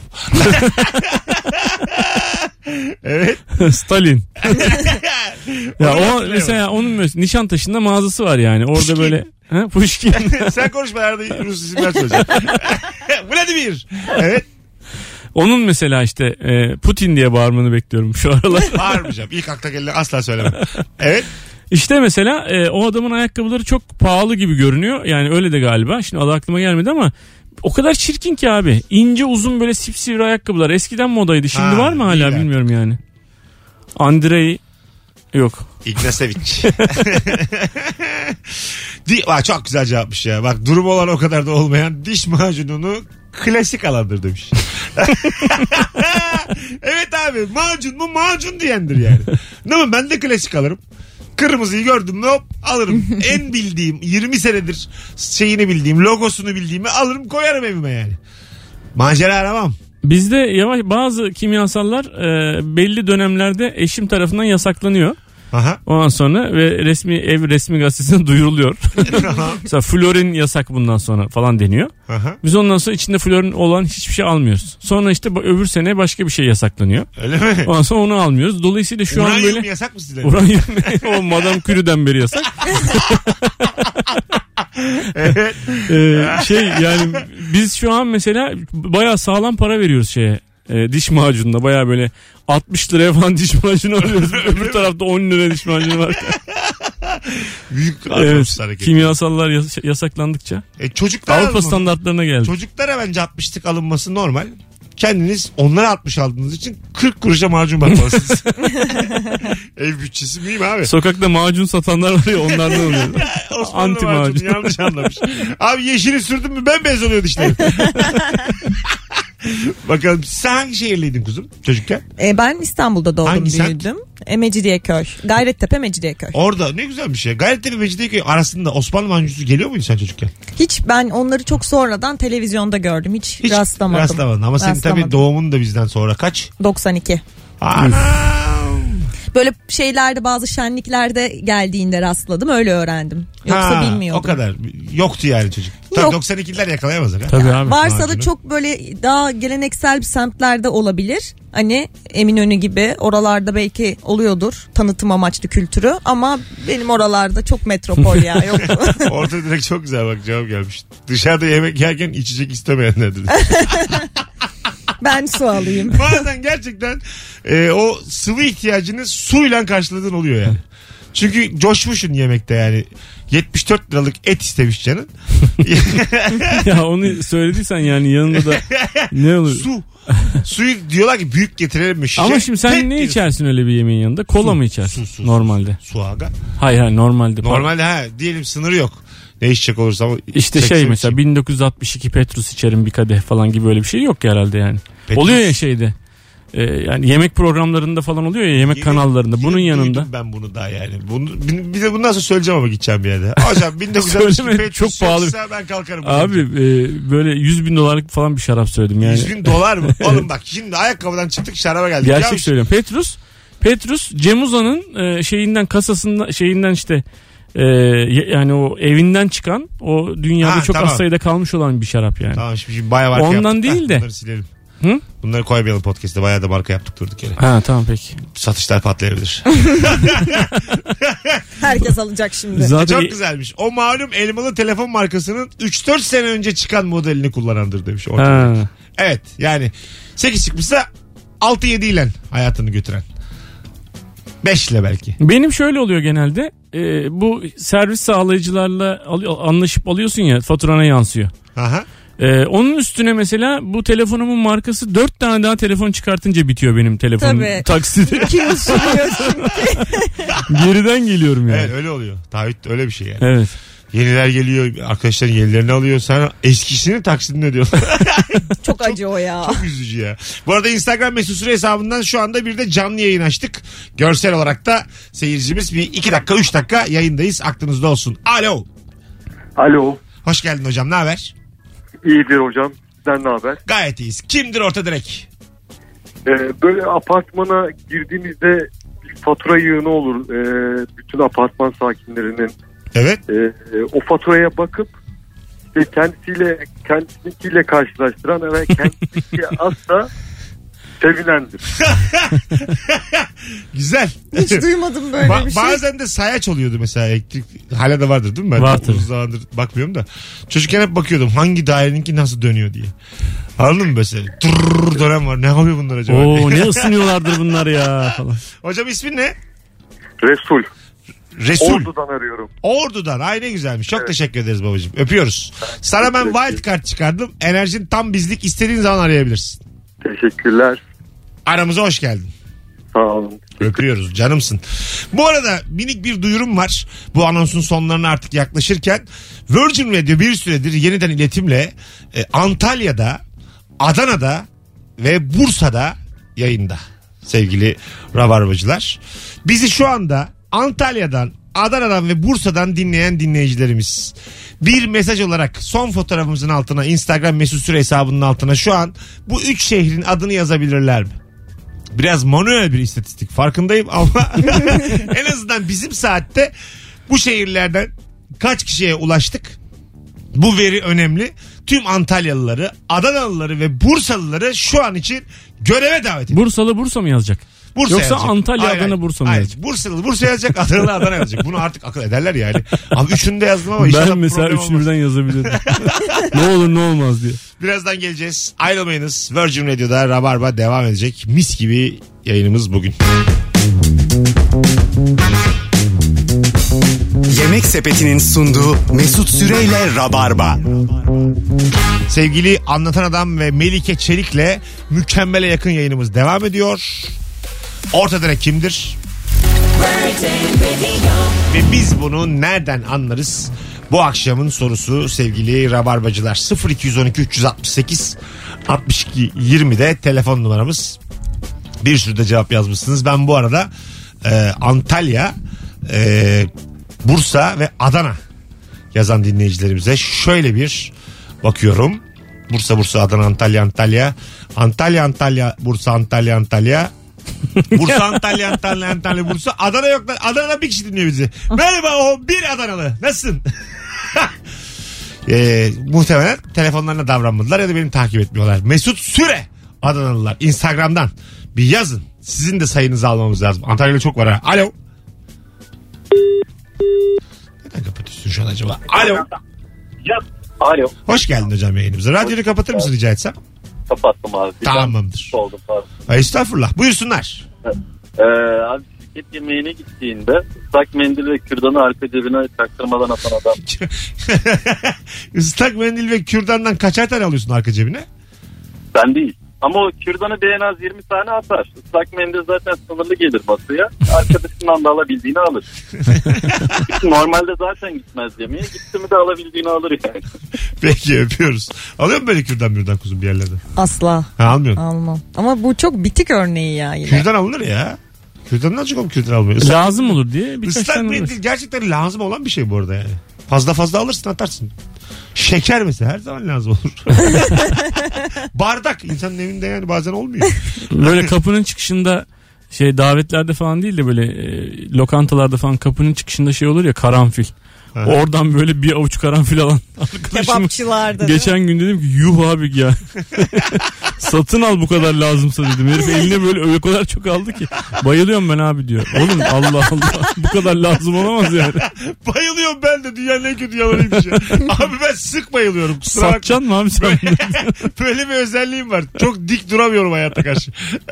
Evet. Stalin. Ya Onu o hatırlayamadım. mesela onun mesela Nişantaşı'nda mağazası var yani. Orada Puşkin. böyle ha Puşkin. Sen konuşma arada Rus isimler söyleyeceğim. Vladimir. Evet. Onun mesela işte e, Putin diye bağırmanı bekliyorum şu aralar. Bağırmayacağım. İlk akla geleni asla söylemem. Evet. İşte mesela e, o adamın ayakkabıları çok pahalı gibi görünüyor. Yani öyle de galiba. Şimdi adı aklıma gelmedi ama o kadar çirkin ki abi. İnce uzun böyle sipsivri ayakkabılar. Eskiden modaydı. Şimdi Ha, var mı hala iyiler. bilmiyorum yani. Andrei yok. İgnasevic. Di Aa, çok güzel cevapmış ya. Bak durum olan o kadar da olmayan diş macununu klasik alandır demiş. Evet abi macun mu macun diyendir yani. Değil mi? Ben de klasik alırım. Kırmızıyı gördüm mü hop alırım. En bildiğim yirmi senedir şeyini bildiğim logosunu bildiğimi alırım koyarım evime yani. Macera aramam. Bizde yavaş bazı kimyasallar e, belli dönemlerde eşim tarafından yasaklanıyor. Aha. Ondan sonra ve resmi ev resmi gazetesinde duyuruluyor. Mesela florin yasak bundan sonra falan deniyor. Aha. Biz ondan sonra içinde florin olan hiçbir şey almıyoruz. Sonra işte öbür sene başka bir şey yasaklanıyor. Öyle mi? Ondan sonra onu almıyoruz. Dolayısıyla şu Uranyum an böyle yasak mı size? Uranyum o Madame Curie'den beri yasak. Evet. Ee, şey yani biz şu an mesela bayağı sağlam para veriyoruz şeye. E, diş macununa bayağı böyle altmış liraya falan diş macunu alıyoruz. Öbür tarafta on lira diş macunu var. Büyük Evet, hareket. kimyasallar yas- yasaklandıkça E, çocuklar Avrupa almalı. standartlarına geldi. Çocuklara bence altmışlık alınması normal. Kendiniz onlara altmış aldığınız için kırk kuruşa macun bakmalısınız. Ev bütçesi mühim abi. Sokakta macun satanlar var ya onlardan oluyor. Osmanlı Anti macunu macun. yanlış anlamış. Abi yeşili sürdün mü bembeyaz oluyor dişlerim. Bakalım sen hangi şehirliydin kuzum çocukken? E, ben İstanbul'da doğdum Hangi semt? büyüdüm. E, Mecidiyeköy. Gayrettepe Mecidiyeköy. Orada ne güzel bir şey. Gayrettepe Mecidiyeköy arasında Osmanlı macuncusu geliyor muydu sen çocukken? Hiç ben onları çok sonradan televizyonda gördüm. Hiç, Hiç rastlamadım. Rastlamadım. Ama senin Rastlamadım. tabii doğumun da bizden sonra kaç? doksan iki. Anam. Böyle şeylerde bazı şenliklerde geldiğinde rastladım öyle öğrendim. Yoksa Ha, bilmiyordum. o kadar. Yoktu yani çocuk. Tabii Yok. doksan ikiler yakalayamazlar. Ha? Tabii abi. Varsa da macunu. çok böyle daha geleneksel bir semtlerde olabilir. Hani Eminönü gibi oralarda belki oluyordur tanıtım amaçlı kültürü ama benim oralarda çok metropol ya yoktu. Orta direkt çok güzel bak cevap gelmiş. Dışarıda yemek yerken içecek istemeyenlerdir. Ben su alayım. Bazen gerçekten e, o sıvı ihtiyacını suyla karşıladığın oluyor yani. Çünkü coşmuşsun yemekte yani. yetmiş dört liralık et istemiş canın. Ya onu söylediysen yani yanında da ne olur? Su. Suyu diyorlar ki büyük getirelim mi şişe? Ama şimdi sen Tek ne diyorsun. içersin öyle bir yemeğin yanında? Kola Su, mı içersin su, su, normalde? Su aga. Hayır hayır normalde. Normalde ha diyelim sınırı yok. Ne içecek olursa ama İşte seksen şey mesela içeyim. bin dokuz yüz altmış iki Petrus içerim bir kadeh falan gibi öyle bir şey yok ki herhalde yani. Petrus. Oluyor ya şeyde. e, yani yemek programlarında falan oluyor ya, yemek Yeni, kanallarında. Bunun yeni yanında. duydum ben bunu daha yani. Bunu, bir de bundan sonra söyleyeceğim ama gideceğim bir yerde. Hocam bin dokuz yüz altmış iki Söyleme, Petrus çok pahalı. yoksa ben kalkarım. Abi e, böyle yüz bin dolarlık falan bir şarap söyledim yani. yüz bin dolar mı? Oğlum bak şimdi ayakkabıdan çıktık şaraba geldik. Gerçek Ya, söylüyorum. Petrus Petrus Cem Uzan'ın e, şeyinden kasasından şeyinden işte e, yani o evinden çıkan, o dünyada Ha, çok tamam. az sayıda kalmış olan bir şarap yani. Tamam şimdi bayağı marka Ondan yaptık. değil de. Bunları silelim. Hı? Bunları koymayalım podcast'te. Bayağı da marka yaptık durduk yere. Ha tamam peki. Satışlar patlayabilir. Herkes alacak şimdi. Zaten Çok güzelmiş. O malum elmalı telefon markasının üç dört sene önce çıkan modelini kullanandır demiş. Ha. Evet yani sekiz çıkmışsa altı yedi ile hayatını götüren. beş ile belki. Benim şöyle oluyor genelde. E, bu servis sağlayıcılarla alıyor, anlaşıp alıyorsun ya, faturana yansıyor. Aha. Ee, onun üstüne mesela bu telefonumun markası dört tane daha telefon çıkartınca bitiyor benim telefonum Tabii. taksidi. Kim sürüyor Geriden geliyorum yani. Evet öyle oluyor. Taahhüt öyle bir şey yani. Evet. Yeniler geliyor. Arkadaşların yenilerini alıyor. Sen eskisini taksidini ödüyorsun. Çok acı o ya. Çok üzücü ya. Bu arada Instagram mesut süre hesabından şu anda bir de canlı yayın açtık. Görsel olarak da seyircimiz bir iki dakika üç dakika yayındayız. Aklınızda olsun. Alo. Alo. Hoş geldin hocam. Ne haber? İyidir hocam. Sizden ne haber? Gayet iyiyiz. Kimdir orta direk? Ee, böyle apartmana girdiğimizde bir fatura yığını olur. Ee, bütün apartman sakinlerinin. Evet. Ee, o faturaya bakıp işte kendisiyle kendisininkiyle karşılaştıran ve kendisininki asla sevinendir. Güzel. Hiç duymadım böyle Ba- bir şey. Bazen de sayaç oluyordu mesela elektrik. Hala da vardır değil mi? Ben Vardır. uzun zamandır bakmıyorum da. Çocukken hep bakıyordum hangi daireninki nasıl dönüyor diye. Anladın mı mesela? Tırrrr dönem var. Ne yapıyor bunlar acaba? Oo ne ısınıyorlardır bunlar ya falan. Hocam ismin ne? Resul. Resul. Ordu'dan arıyorum. Ordu'dan. Ay ne güzelmiş. Çok evet. Teşekkür ederiz babacığım. Öpüyoruz. Sana ben wild card çıkardım. Enerjin tam bizlik. İstediğin zaman arayabilirsin. Teşekkürler. Aramıza hoş geldin. Sağ olun. Öpüyoruz canımsın. Bu arada minik bir duyurum var. Bu anonsun sonlarına artık yaklaşırken Virgin Radio bir süredir yeniden iletimle e, Antalya'da, Adana'da ve Bursa'da yayında sevgili rabarbacılar. Bizi şu anda Antalya'dan, Adana'dan ve Bursa'dan dinleyen dinleyicilerimiz bir mesaj olarak son fotoğrafımızın altına, Instagram mesut süre hesabının altına şu an bu üç şehrin adını yazabilirler mi? Biraz manuel bir istatistik farkındayım ama en azından bizim saatte bu şehirlerden kaç kişiye ulaştık? Bu veri önemli. Tüm Antalyalıları, Adanalıları ve Bursalıları şu an için göreve davet ediyorum. Bursalı Bursa mı yazacak? Bursa Yoksa yazacak. Antalya, Hayır, Adana, Bursa mı hayır. yazacak? Bursalı Bursa yazacak, Adanalı Adana yazacak. Bunu artık akıl ederler yani. Abi üçünü de yazdım ama inşallah Ben mesela problem üçünü olmaz. birden yazabilirim. Ne olur ne olmaz diye. Birazdan geleceğiz. Ayrılmayınız. Virgin Radio'da Rabarba devam edecek. Mis gibi yayınımız bugün. Yemek Sepeti'nin sunduğu Mesut Süreyle Rabarba. Sevgili Anlatan Adam ve Melike Çelik'le mükemmele yakın yayınımız devam ediyor. Orta direk kimdir? Ve biz bunu nereden anlarız? Bu akşamın sorusu sevgili Rabarbacılar. sıfır iki on iki üç altı sekiz altmış iki yirmide telefon numaramız. Bir sürü de cevap yazmışsınız. Ben bu arada e, Antalya, e, Bursa ve Adana yazan dinleyicilerimize şöyle bir bakıyorum. Bursa, Bursa, Adana, Antalya, Antalya. Antalya, Antalya, Bursa, Antalya, Antalya. Bursa, Antalya, Antalya, Antalya, Bursa. Adana yok lan. Adana'dan bir kişi dinliyor bizi. Merhaba o bir Adanalı. Nasılsın? ee, muhtemelen telefonlarına davranmadılar ya da beni takip etmiyorlar. Mesut Süre Adanalılar. Instagram'dan bir yazın. Sizin de sayınızı almamız lazım. Antalya'da çok var ha. Alo. Neden kapatıyorsun şu an acaba? Alo. Alo. Hoş geldin hocam yayınımıza. Radyonu kapatır mısın rica etsem? Kapattım abi. Tamamdır. Oldum pardon. Ay, estağfurullah. Buyursunlar. Ee, abi şirket yemeğine gittiğinde ıslak mendil ve kürdanı arka cebine çaktırmadan atan adam. Islak mendil ve kürdandan kaçar tane alıyorsun arka cebine? Ben değil. Ama o kürdanı bir en az yirmi tane atar. Islak mendil zaten sınırlı gelir masaya. Arkadaşından da alabildiğini alır. Normalde zaten gitmez yemeğe. Gitti mi de alabildiğini alır yani. Peki öpüyoruz. Alıyor musun böyle kürdan mürdan kuzum bir yerlerde? Asla. Ha, almıyorsun. Almam. Ama bu çok bitik örneği ya yine. Kürdan alınır ya. Kürdandan çok kürdan almıyor. Islak, lazım olur diye birkaç ıslak tane mendil alır. gerçekten lazım olan bir şey bu arada yani. Fazla fazla alırsın atarsın. Şeker mesela her zaman lazım olur. Bardak insanın evinde yani bazen olmuyor. Böyle kapının çıkışında şey davetlerde falan değil de böyle e, lokantalarda falan kapının çıkışında şey olur ya karanfil. Ha. Oradan böyle bir avuç karanfil alan arkadaşım. Kebapçılarda. Geçen gün dedim ki yuh abi ya. Satın al bu kadar lazımsa dedim. Herif eline böyle öyle kadar çok aldı ki. Bayılıyorum ben abi diyor. Oğlum Allah Allah bu kadar lazım olamaz yani. Bayılıyorum ben de dünyanın en kötü yalanıymış ya. Abi ben sık bayılıyorum. Kusura bakma. Satacaksın mı abi sen? Böyle, böyle bir özelliğim var. Çok dik duramıyorum hayata karşı.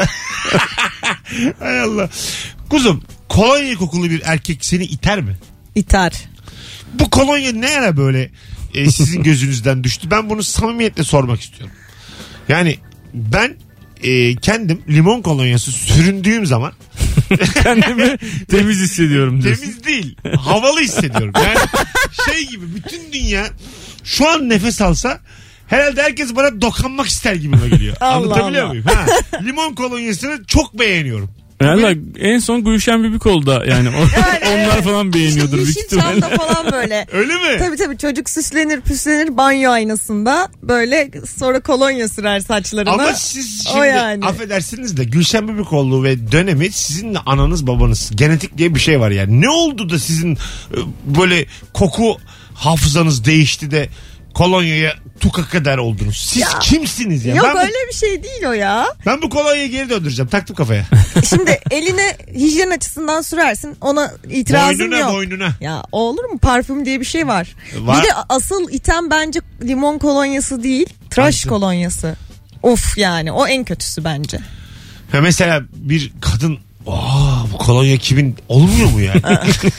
Hay Allah. Kuzum kolonya kokulu bir erkek seni iter mi? İter. Bu kolonya ne ara böyle e, sizin gözünüzden düştü? Ben bunu samimiyetle sormak istiyorum. Yani ben e, kendim limon kolonyası süründüğüm zaman Kendimi temiz hissediyorum diyorsun. temiz değil, havalı hissediyorum. Yani şey gibi bütün dünya şu an nefes alsa herhalde herkes bana dokanmak ister gibime geliyor. Allah Anlatabiliyor Allah. muyum? Ha, limon kolonyasını çok beğeniyorum. Valla en son Gülşen Bibikoğlu'da yani o, Yani onlar evet. falan beğeniyordur büyük Yeşil ihtimalle. çanta falan böyle. Öyle mi? Tabii tabii çocuk süslenir püslenir banyo aynasında böyle sonra kolonya sürer saçlarına. Ama siz şimdi O yani. affedersiniz de Gülşen Bibikoğlu ve dönemi sizin de ananız babanız genetik diye bir şey var yani. Ne oldu da sizin e, böyle koku hafızanız değişti de kolonyaya tuka kadar oldunuz? Siz Ya, kimsiniz ya? Yok ben, bu, öyle bir şey değil o ya. ben bu kolonyayı geri döndüreceğim. Taktım kafaya. Şimdi eline hijyen açısından sürersin ona itirazım Boynuna yok. boynuna. Ya o olur mu? Parfüm diye bir şey var. Var. Bir de asıl iten bence limon kolonyası değil. Tıraş Hangisi? kolonyası. Of yani o en kötüsü bence. Ha mesela bir kadın aa bu kolonya kimin olmuyor mu yani?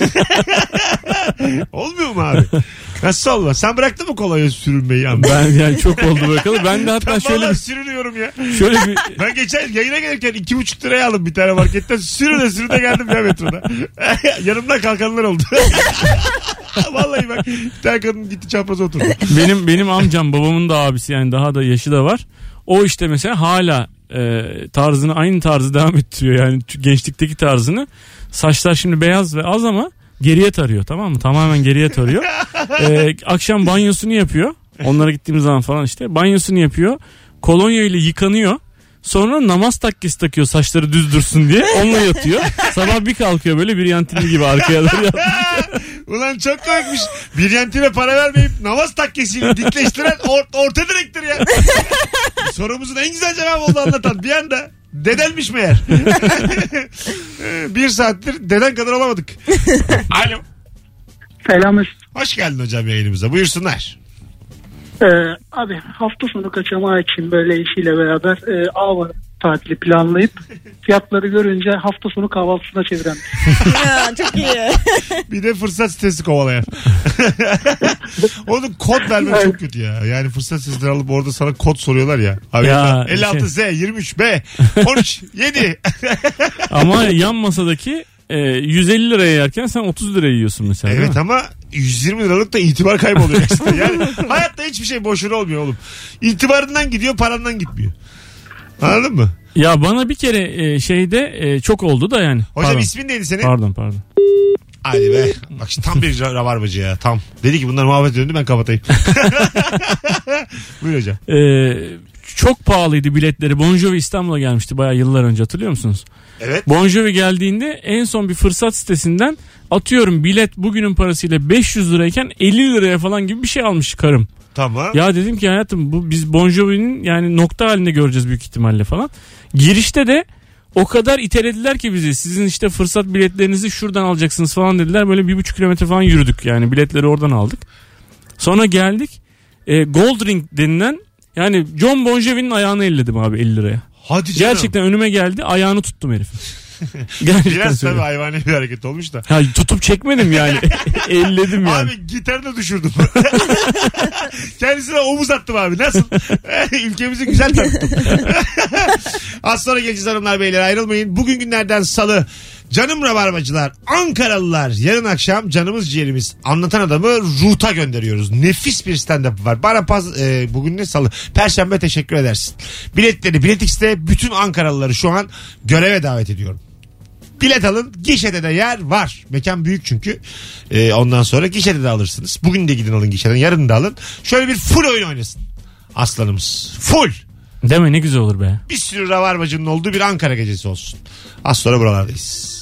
Olmuyor mu abi? Nasıl olmaz? Sen bıraktın mı kolonya sürünmeyi? Yani? Ben yani çok oldu bakalım. Ben de hatta Ben şöyle vallahi bir, sürünüyorum ya. şöyle bir Ben geçen yayına gelirken iki buçuk liraya aldım bir tane marketten. Sürüne sürüne geldim ya metroda. Yanımda kalkanlar oldu. Vallahi bak bir tane kadın gitti çapraza oturdu. benim benim amcam babamın da abisi yani daha da yaşı da var. O işte mesela hala e, tarzını aynı tarzı devam ettiriyor yani gençlikteki tarzını. Saçlar şimdi beyaz ve az ama geriye tarıyor, tamam mı? Tamamen geriye tarıyor. E, akşam banyosunu yapıyor. Onlara gittiğimiz zaman falan işte banyosunu yapıyor. Kolonya ile yıkanıyor. Sonra namaz takkesi takıyor saçları düz dursun diye. Onunla yatıyor. Sabah bir kalkıyor böyle bir yantinli gibi arkaya doğru yatıyor. Ulan çok komikmiş. Bir yantine para vermeyip namaz takkesiyle dikleştiren or- orta direktir ya. Sorumuzun en güzel cevabı oldu anlatan. Bir anda dedenmiş meğer. Bir saattir deden kadar olamadık. Alo. Selam. Hoş geldin hocam yayınımıza. Buyursunlar. Ee, abi hafta sonu kaçamağı için böyle eşiyle beraber e, Ava tatili planlayıp fiyatları görünce hafta sonu kahvaltısına çeviren. Ya, çok iyi. Bir de fırsat sitesi kovalayan. Onun kod vermek çok kötü ya. Yani fırsat sitesini alıp orada sana kod soruyorlar ya. Abi Ya, elli altı Z, yirmi üç B, on üç, yedi. Ama yan masadaki e, yüz elli liraya yerken sen otuz liraya yiyorsun mesela. Evet ama yüz yirmi liralık da itibar kayboluyor aslında. Yani hayatta hiçbir şey boşuna olmuyor oğlum. İtibarından gidiyor, parandan gitmiyor. Anladın mı? Ya bana bir kere e, şeyde e, çok oldu da yani. Hocam Pardon. ismin neydi senin? Pardon pardon. Hadi be. Bak şimdi tam bir rabarbacı ya. Tam. Dedi ki bunlar muhabbet döndü ben kapatayım. Buyur hocam. Ee, çok pahalıydı biletleri. Bon Jovi İstanbul'a gelmişti bayağı yıllar önce, hatırlıyor musunuz? Evet. Bon Jovi geldiğinde en son bir fırsat sitesinden atıyorum bilet bugünün parasıyla beş yüz lirayken elli liraya falan gibi bir şey almış karım. Tamam. Ya dedim ki hayatım bu biz Bon Jovi'nin yani nokta halinde göreceğiz büyük ihtimalle falan. Girişte de o kadar itelediler ki bizi, sizin işte fırsat biletlerinizi şuradan alacaksınız falan dediler. Böyle bir buçuk kilometre falan yürüdük yani, biletleri oradan aldık. Sonra geldik e, Gold Ring denilen, yani John Bon Jovi'nin ayağını elledim abi elli liraya. Hadi canım. Gerçekten önüme geldi, ayağını tuttum herifin. Gerçekten Biraz tabii söylüyorum. hayvani bir hareket olmuş da. Ha, tutup çekmedim yani. Elledim yani. Abi gitarını düşürdüm. Kendisine omuz attım abi. Nasıl? Ülkemizi güzel tanıttım. Az sonra geleceğiz hanımlar beyler, ayrılmayın. Bugün günlerden salı. Canım rabarbacılar, Ankaralılar, yarın akşam canımız ciğerimiz Anlatan Adamı Ruh'a gönderiyoruz. Nefis bir stand-up var. Bana paz, e, bugün ne salı? Perşembe teşekkür edersin. Biletleri Bilet X'te bütün Ankaralıları şu an göreve davet ediyorum. Bilet alın. Gişede de yer var. Mekan büyük çünkü. Ee, ondan sonra gişede de alırsınız. Bugün de gidin alın gişeden. Yarın da alın. Şöyle bir full oyun oynasın aslanımız. Full. Deme, ne güzel olur be. Bir sürü rabarbacının olduğu bir Ankara gecesi olsun. Az sonra buralardayız.